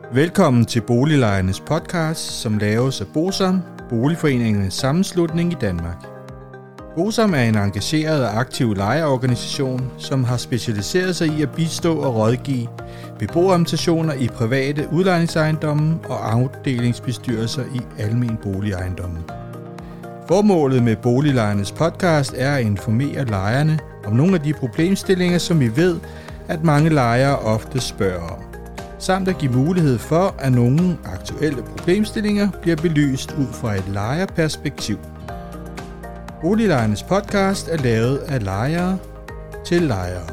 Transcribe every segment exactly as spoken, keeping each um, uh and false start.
Velkommen til Boliglejernes podcast, som laves af BOSAM, Boligforeningernes Sammenslutning i Danmark. BOSAM er en engageret og aktiv lejerorganisation, som har specialiseret sig i at bistå og rådgive beboerrepræsentationer i private udlejningsejendomme og afdelingsbestyrelser i almen boligejendomme. Formålet med Boliglejernes podcast er at informere lejerne om nogle af de problemstillinger, som vi ved, at mange lejere ofte spørger om, samt at give mulighed for, at nogle aktuelle problemstillinger bliver belyst ud fra et lejerperspektiv. Boliglejernes podcast er lavet af lejere til lejere.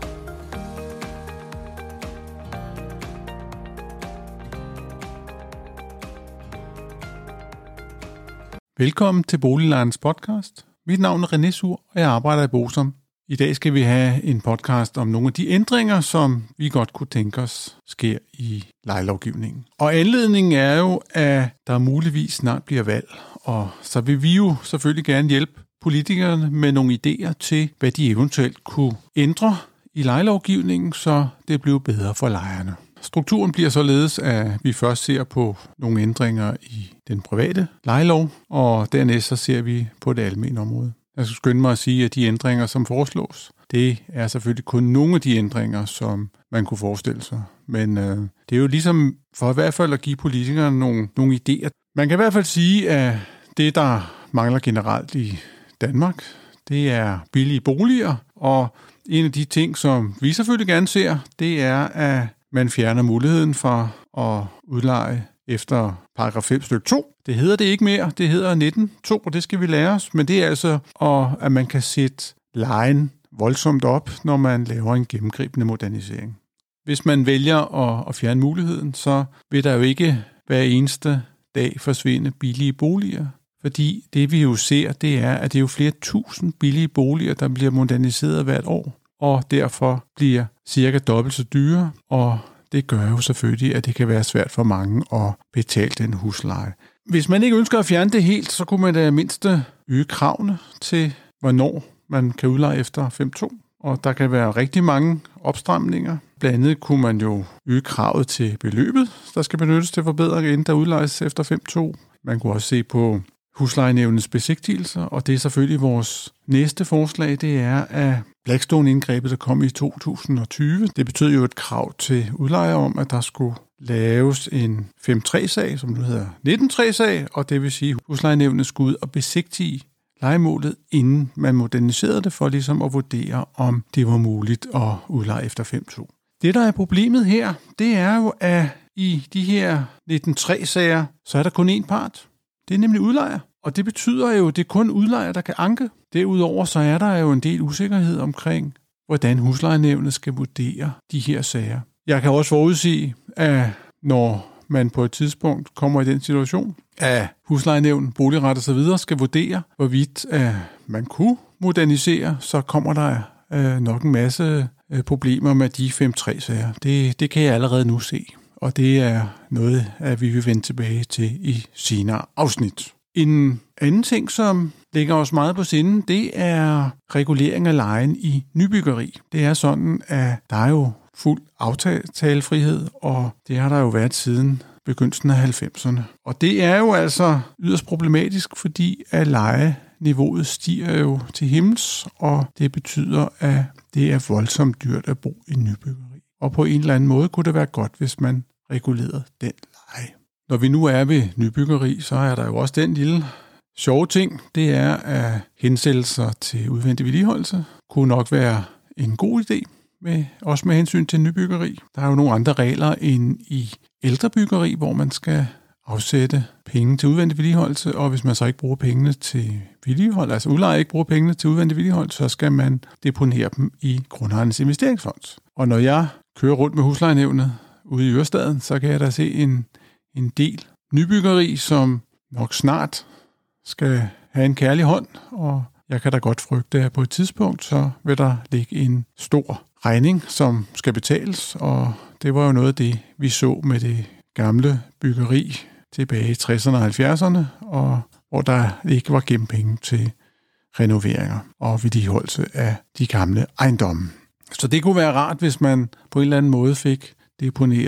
Velkommen til Boliglejernes podcast. Mit navn er René Sur, og jeg arbejder i BOSAM. I dag skal vi have en podcast om nogle af de ændringer, som vi godt kunne tænke os sker i lejelovgivningen. Og anledningen er jo, at der muligvis snart bliver valg, og så vil vi jo selvfølgelig gerne hjælpe politikerne med nogle idéer til, hvad de eventuelt kunne ændre i lejelovgivningen, så det bliver bedre for lejerne. Strukturen bliver således, at vi først ser på nogle ændringer i den private lejelov, og dernæst så ser vi på det almene område. Jeg skal skynde mig at sige, at de ændringer, som foreslås, det er selvfølgelig kun nogle af de ændringer, som man kunne forestille sig. Men øh, det er jo ligesom for i hvert fald at give politikerne nogle, nogle idéer. Man kan i hvert fald sige, at det, der mangler generelt i Danmark, det er billige boliger. Og en af de ting, som vi selvfølgelig gerne ser, det er, at man fjerner muligheden for at udleje efter paragraf fem stykke to. Det hedder det ikke mere, det hedder nitten to, og det skal vi lære os. Men det er altså, at man kan sætte lejen voldsomt op, når man laver en gennemgribende modernisering. Hvis man vælger at, at fjerne muligheden, så vil der jo ikke hver eneste dag forsvinde billige boliger. Fordi det vi jo ser, det er, at det er jo flere tusind billige boliger, der bliver moderniseret hvert år. Og derfor bliver cirka dobbelt så dyre, og det gør jo selvfølgelig, at det kan være svært for mange at betale den husleje. Hvis man ikke ønsker at fjerne det helt, så kunne man da mindst øge kravene til, hvornår man kan udleje efter fem to. Og der kan være rigtig mange opstramninger. Blandt andet kunne man jo øge kravet til beløbet, der skal benyttes til forbedring, inden der udlejes efter fem to. Man kunne også se på huslejenævnets besigtigelser, og det er selvfølgelig vores næste forslag, det er, at Blackstone-indgrebet, der kom i to tusind og tyve, det betød jo et krav til udlejer om, at der skulle laves en fem tre-sag, som nu hedder nitten tre-sag, og det vil sige, at huslejenævnet skulle ud og besigtige lejemålet, inden man moderniserede det, for ligesom at vurdere, om det var muligt at udleje efter fem to. Det, der er problemet her, det er jo, at i de her nitten tre-sager, så er der kun én part. Det er nemlig udlejer. Og det betyder jo, at det er kun udlejer, der kan anke. Derudover så er der jo en del usikkerhed omkring, hvordan huslejenævnet skal vurdere de her sager. Jeg kan også forudsige, at når man på et tidspunkt kommer i den situation, at huslejenævn, boligret og så videre skal vurdere, hvorvidt at man kunne modernisere, så kommer der øh, nok en masse øh, problemer med de fem tre-sager. Det, det kan jeg allerede nu se. Og det er noget, at vi vil vende tilbage til i senere afsnit. En anden ting, som ligger os meget på sinde, det er regulering af lejen i nybyggeri. Det er sådan, at der er jo fuld aftalefrihed, og det har der jo været siden begyndelsen af halvfemserne. Og det er jo altså yderst problematisk, fordi at lejeniveauet stiger jo til himmels, og det betyder, at det er voldsomt dyrt at bo i nybyggeri. Og på en eller anden måde kunne det være godt, hvis man regulerede den leje. Når vi nu er ved nybyggeri, så er der jo også den lille sjove ting, det er, at hensættelser til udvendig vedligeholdelse kunne nok være en god idé, med, også med hensyn til nybyggeri. Der er jo nogle andre regler end i ældrebyggeri, hvor man skal afsætte penge til udvendig vedligeholdelse, og hvis man så ikke bruger pengene til vedligehold, altså udlejer ikke bruger pengene til udvendig vedligeholdelse, så skal man deponere dem i Grundejernes Investeringsfond. Og når jeg kører rundt med huslejenævnet ude i Ørestaden, så kan jeg da se en, en del nybyggeri, som nok snart skal have en kærlig hånd, og jeg kan da godt frygte, at på et tidspunkt, så vil der ligge en stor regning, som skal betales, og det var jo noget af det, vi så med det gamle byggeri tilbage i tresserne og halvfjerdserne, og hvor der ikke var gemt penge til renoveringer og vedligeholdelse af de gamle ejendomme. Så det kunne være rart, hvis man på en eller anden måde fik deponeret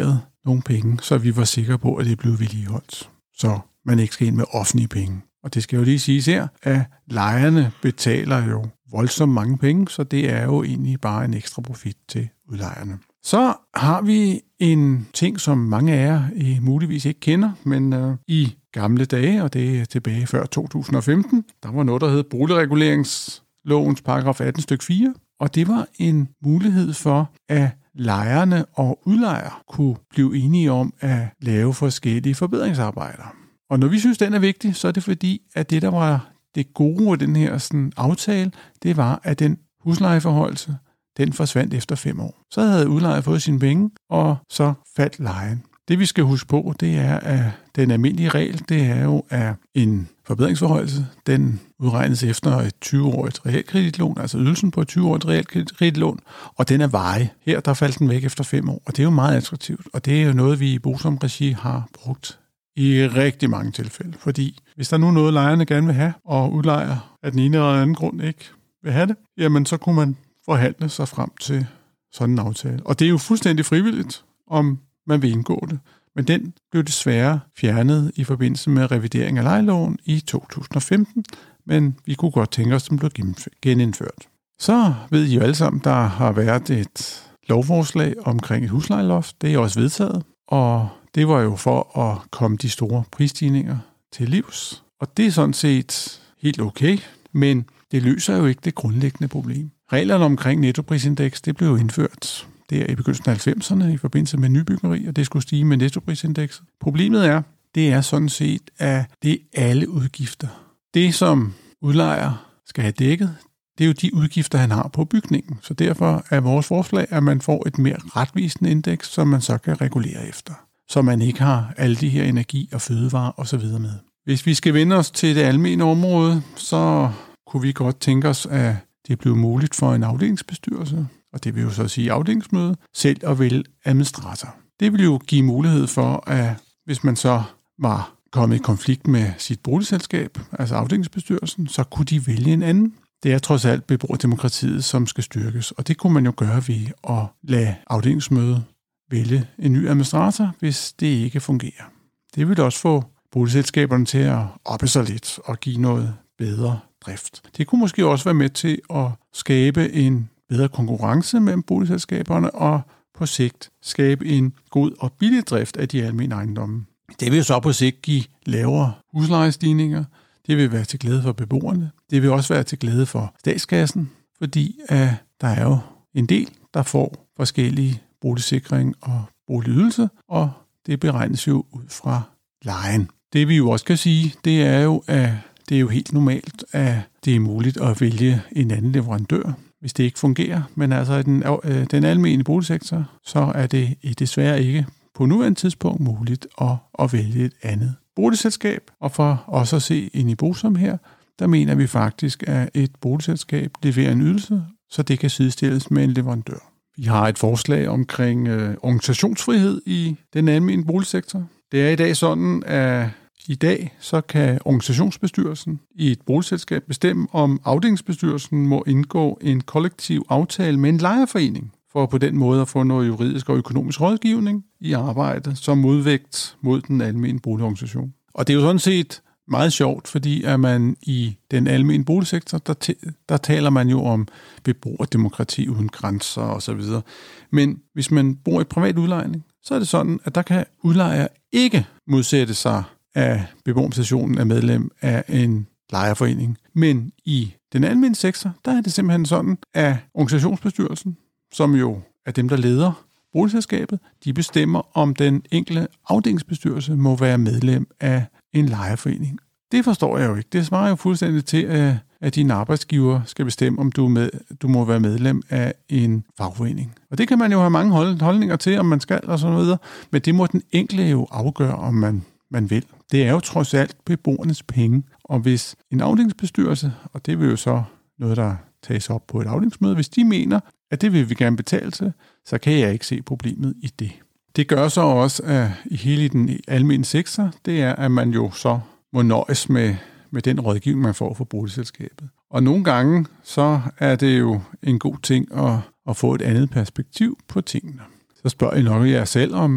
nogle penge, så vi var sikre på, at det blev vedligeholdt. Så man ikke skal ind med offentlige penge. Og det skal jo lige siges her, at lejerne betaler jo voldsomt mange penge, så det er jo egentlig bare en ekstra profit til udlejerne. Så har vi en ting, som mange af jer I muligvis ikke kender, men øh, i gamle dage, og det er tilbage før to tusind og femten, der var noget, der hed boligreguleringslovens paragraf atten stykke fire, og det var en mulighed for, at lejerne og udlejere kunne blive enige om at lave forskellige forbedringsarbejder. Og når vi synes, den er vigtig, så er det fordi, at det, der var det gode af den her sådan, aftale, det var, at den huslejeforholdelse, den forsvandt efter fem år. Så havde udlejer fået sine penge, og så faldt lejen. Det vi skal huske på, det er, at den almindelige regel, det er jo, at en forbedringsforholdelse, den udregnes efter et tyve-årigt realkreditlån, altså ydelsen på et tyve-årigt realkreditlån, og den er varig. Her der faldt den væk efter fem år, og det er jo meget attraktivt, og det er jo noget, vi i Bosom Regi har brugt i rigtig mange tilfælde, fordi hvis der nu er noget, lejerne gerne vil have, og udlejer af den ene eller anden grund ikke vil have det, jamen så kunne man forhandle sig frem til sådan en aftale. Og det er jo fuldstændig frivilligt, om man vil indgå det. Men den blev desværre fjernet i forbindelse med revidering af lejeloven i to tusind og femten, men vi kunne godt tænke os, at den blev genindført. Så ved I jo alle sammen, der har været et lovforslag omkring et huslejeloft. Det er også vedtaget, og det var jo for at komme de store prisstigninger til livs. Og det er sådan set helt okay, men det løser jo ikke det grundlæggende problem. Reglerne omkring nettoprisindeks, det blev jo indført der i begyndelsen af halvfemserne i forbindelse med nybyggeri, og det skulle stige med nettoprisindekset. Problemet er, det er sådan set, at det er alle udgifter. Det, som udlejer skal have dækket, det er jo de udgifter, han har på bygningen. Så derfor er vores forslag, at man får et mere retvisende indeks, som man så kan regulere efter. Så man ikke har alle de her energi og fødevarer osv. med. Hvis vi skal vende os til det almene område, så kunne vi godt tænke os, at det blev muligt for en afdelingsbestyrelse, og det vil jo så sige afdelingsmøde, selv at vælge administrator. Det vil jo give mulighed for, at hvis man så var kommet i konflikt med sit boligselskab, altså afdelingsbestyrelsen, så kunne de vælge en anden. Det er trods alt beboerdemokratiet, som skal styrkes, og det kunne man jo gøre ved at lade afdelingsmøde vælge en ny administrator, hvis det ikke fungerer. Det vil også få boligselskaberne til at oppe sig lidt og give noget bedre drift. Det kunne måske også være med til at skabe en bedre konkurrence mellem boligselskaberne og på sigt skabe en god og billig drift af de almene ejendomme. Det vil så på sigt give lavere huslejestigninger. Det vil være til glæde for beboerne. Det vil også være til glæde for statskassen, fordi uh, der er jo en del, der får forskellige boligsikring og boligydelse, og det beregnes jo ud fra lejen. Det vi jo også kan sige, det er jo, at det er jo helt normalt, at det er muligt at vælge en anden leverandør, hvis det ikke fungerer. Men altså i den, øh, den almene boligsektor, så er det desværre ikke på nuværende tidspunkt muligt at, at vælge et andet boligselskab. Og for også at se ind i Bosom her, der mener vi faktisk, at et boligselskab leverer en ydelse, så det kan sidestilles med en leverandør. Vi har et forslag omkring øh, organisationsfrihed i den almene boligsektor. Det er i dag sådan, at i dag så kan organisationsbestyrelsen i et boligselskab bestemme, om afdelingsbestyrelsen må indgå en kollektiv aftale med en lejerforening, for på den måde at få noget juridisk og økonomisk rådgivning i arbejdet som modvægt mod den almene boligorganisation. Og det er jo sådan set meget sjovt, fordi at man i den almene boligsektor, der, t- der taler man jo om beboerdemokrati uden grænser osv. Men hvis man bor i privat udlejning, så er det sådan, at der kan udlejer ikke modsætte sig, at beboerorganisationen er medlem af en lejerforening. Men i den almene sektor, der er det simpelthen sådan, at organisationsbestyrelsen, som jo er dem, der leder boligselskabet, de bestemmer, om den enkelte afdelingsbestyrelse må være medlem af en lejerforening. Det forstår jeg jo ikke. Det svarer jo fuldstændig til, at, at din arbejdsgiver skal bestemme, om du, med, du må være medlem af en fagforening. Og det kan man jo have mange hold, holdninger til, om man skal og sådan noget. Men det må den enkelte jo afgøre, om man, man vil. Det er jo trods alt beboernes penge. Og hvis en afdelingsbestyrelse, og det vil jo så noget, der tages op på et afdelingsmøde, hvis de mener, at det vil vi gerne betale til, så kan jeg ikke se problemet i det. Det gør så også, at i hele den almene sektor, det er, at man jo så må nøjes med, med den rådgivning, man får fra boligselskabet. Og nogle gange, så er det jo en god ting at, at få et andet perspektiv på tingene. Så spørger I nok jer selv, om,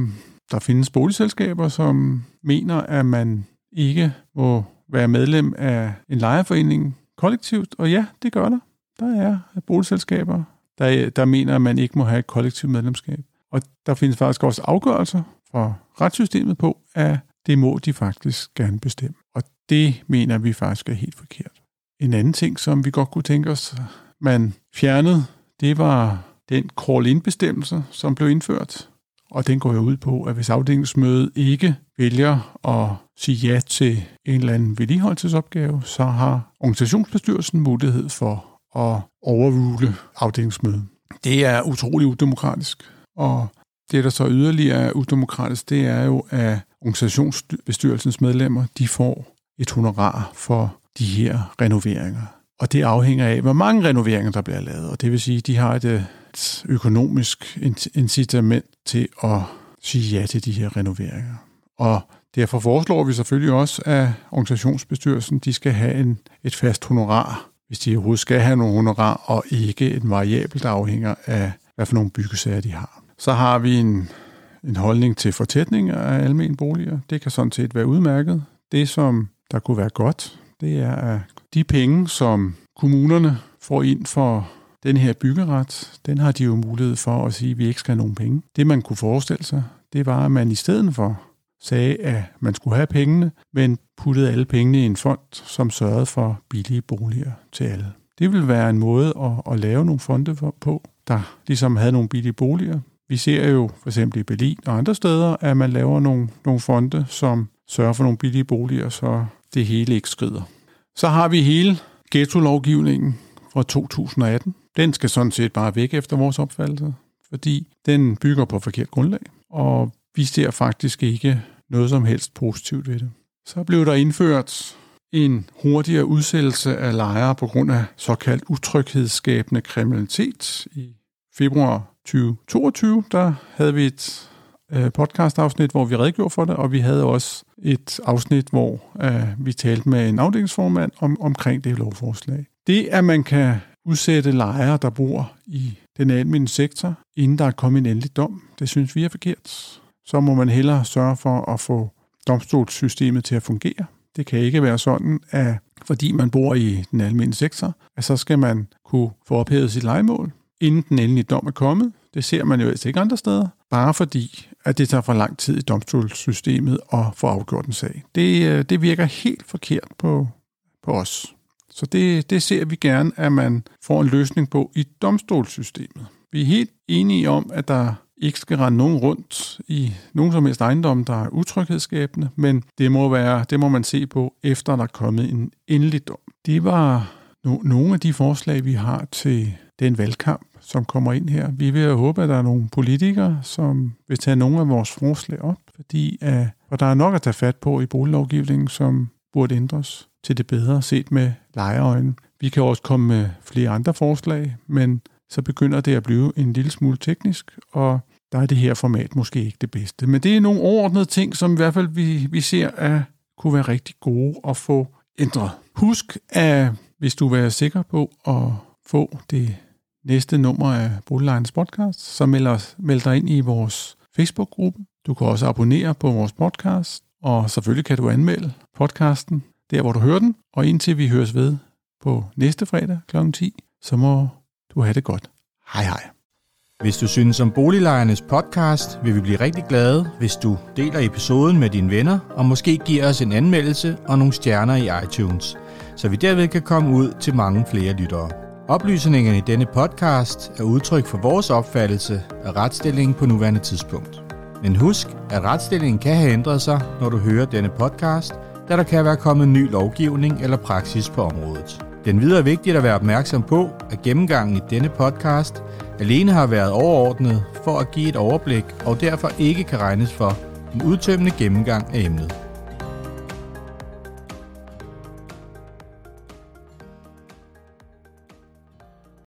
der findes boligselskaber, som mener, at man ikke må være medlem af en lejerforening kollektivt, og ja, det gør der. Der er boligselskaber, der, der mener, at man ikke må have et kollektivt medlemskab. Og der findes faktisk også afgørelser fra retssystemet på, at det må de faktisk gerne bestemme. Og det mener vi faktisk er helt forkert. En anden ting, som vi godt kunne tænke os, man fjernede, det var den call-in-bestemmelse, som blev indført. Og den går jo ud på, at hvis afdelingsmødet ikke vælger at sige ja til en eller anden vedligeholdelsesopgave, så har organisationsbestyrelsen mulighed for at overrule afdelingsmødet. Det er utrolig udemokratisk, og det, der så yderligere er udemokratisk, det er jo, at organisationsbestyrelsens medlemmer, de får et honorar for de her renoveringer. Og det afhænger af, hvor mange renoveringer, der bliver lavet. Og det vil sige, at de har et økonomisk incitament til at sige ja til de her renoveringer. Og derfor foreslår vi selvfølgelig også, at organisationsbestyrelsen de skal have en, et fast honorar, hvis de overhovedet skal have nogle honorar, og ikke en variabel, der afhænger af, hvad for nogle byggesager de har. Så har vi en, en holdning til fortætning af almene boliger. Det kan sådan set være udmærket. Det, som der kunne være godt, det er, at de penge, som kommunerne får ind for den her byggeret, den har de jo mulighed for at sige, at vi ikke skal have nogen penge. Det, man kunne forestille sig, det var, at man i stedet for sagde, at man skulle have pengene, men puttede alle pengene i en fond, som sørgede for billige boliger til alle. Det ville være en måde at, at lave nogle fonde på, der ligesom havde nogle billige boliger. Vi ser jo for eksempel i Berlin og andre steder, at man laver nogle, nogle fonde, som sørger for nogle billige boliger, så det hele ikke skrider. Så har vi hele ghetto-lovgivningen fra to tusind og atten. Den skal sådan set bare væk efter vores opfattelse, fordi den bygger på forkert grundlag, og vi ser faktisk ikke noget som helst positivt ved det. Så blev der indført en hurtigere udsættelse af lejere på grund af såkaldt utryghedsskabende kriminalitet. I februar tyve toogtyve, der havde vi et podcastafsnit, hvor vi redegjorde for det, og vi havde også et afsnit, hvor uh, vi talte med en afdelingsformand om, omkring det lovforslag. Det, at man kan udsætte lejere, der bor i den almene sektor, inden der er kommet en endelig dom, det synes vi er forkert. Så må man hellere sørge for at få domstolssystemet til at fungere. Det kan ikke være sådan, at fordi man bor i den almene sektor, at så skal man kunne få ophævet sit lejemål, inden den endelige dom er kommet. Det ser man jo altså ikke andre steder, bare fordi, at det tager for lang tid i domstolssystemet at få afgjort en sag. Det, det virker helt forkert på, på os. Så det, det ser vi gerne, at man får en løsning på i domstolssystemet. Vi er helt enige om, at der ikke skal rende nogen rundt i nogen som helst ejendom, der er utryghedsskabende, men det må, være, det må man se på, efter der er kommet en endelig dom. Det var no- nogle af de forslag, vi har til den valgkamp, som kommer ind her. Vi vil håbe, at der er nogle politikere, som vil tage nogle af vores forslag op, fordi uh, og der er nok at tage fat på i boliglovgivningen, som burde ændres til det bedre set med lejerøjne. Vi kan også komme med flere andre forslag, men så begynder det at blive en lille smule teknisk, og der er det her format måske ikke det bedste. Men det er nogle overordnede ting, som i hvert fald vi, vi ser, at kunne være rigtig gode at få ændret. Husk, at hvis du vil være sikker på at få det næste nummer af Boliglejernes podcast, så meld, meld dig ind i vores Facebook-gruppe. Du kan også abonnere på vores podcast, og selvfølgelig kan du anmelde podcasten der, hvor du hører den. Og indtil vi høres ved på næste fredag klokken ti, så må du have det godt. Hej hej. Hvis du synes om Boliglejernes podcast, vil vi blive rigtig glade, hvis du deler episoden med dine venner, og måske giver os en anmeldelse og nogle stjerner i iTunes, så vi derved kan komme ud til mange flere lyttere. Oplysningerne i denne podcast er udtryk for vores opfattelse af retsstillingen på nuværende tidspunkt. Men husk, at retsstillingen kan have ændret sig, når du hører denne podcast, da der kan være kommet ny lovgivning eller praksis på området. Den videre er vigtigt at være opmærksom på, at gennemgangen i denne podcast alene har været overordnet for at give et overblik og derfor ikke kan regnes for en udtømmende gennemgang af emnet.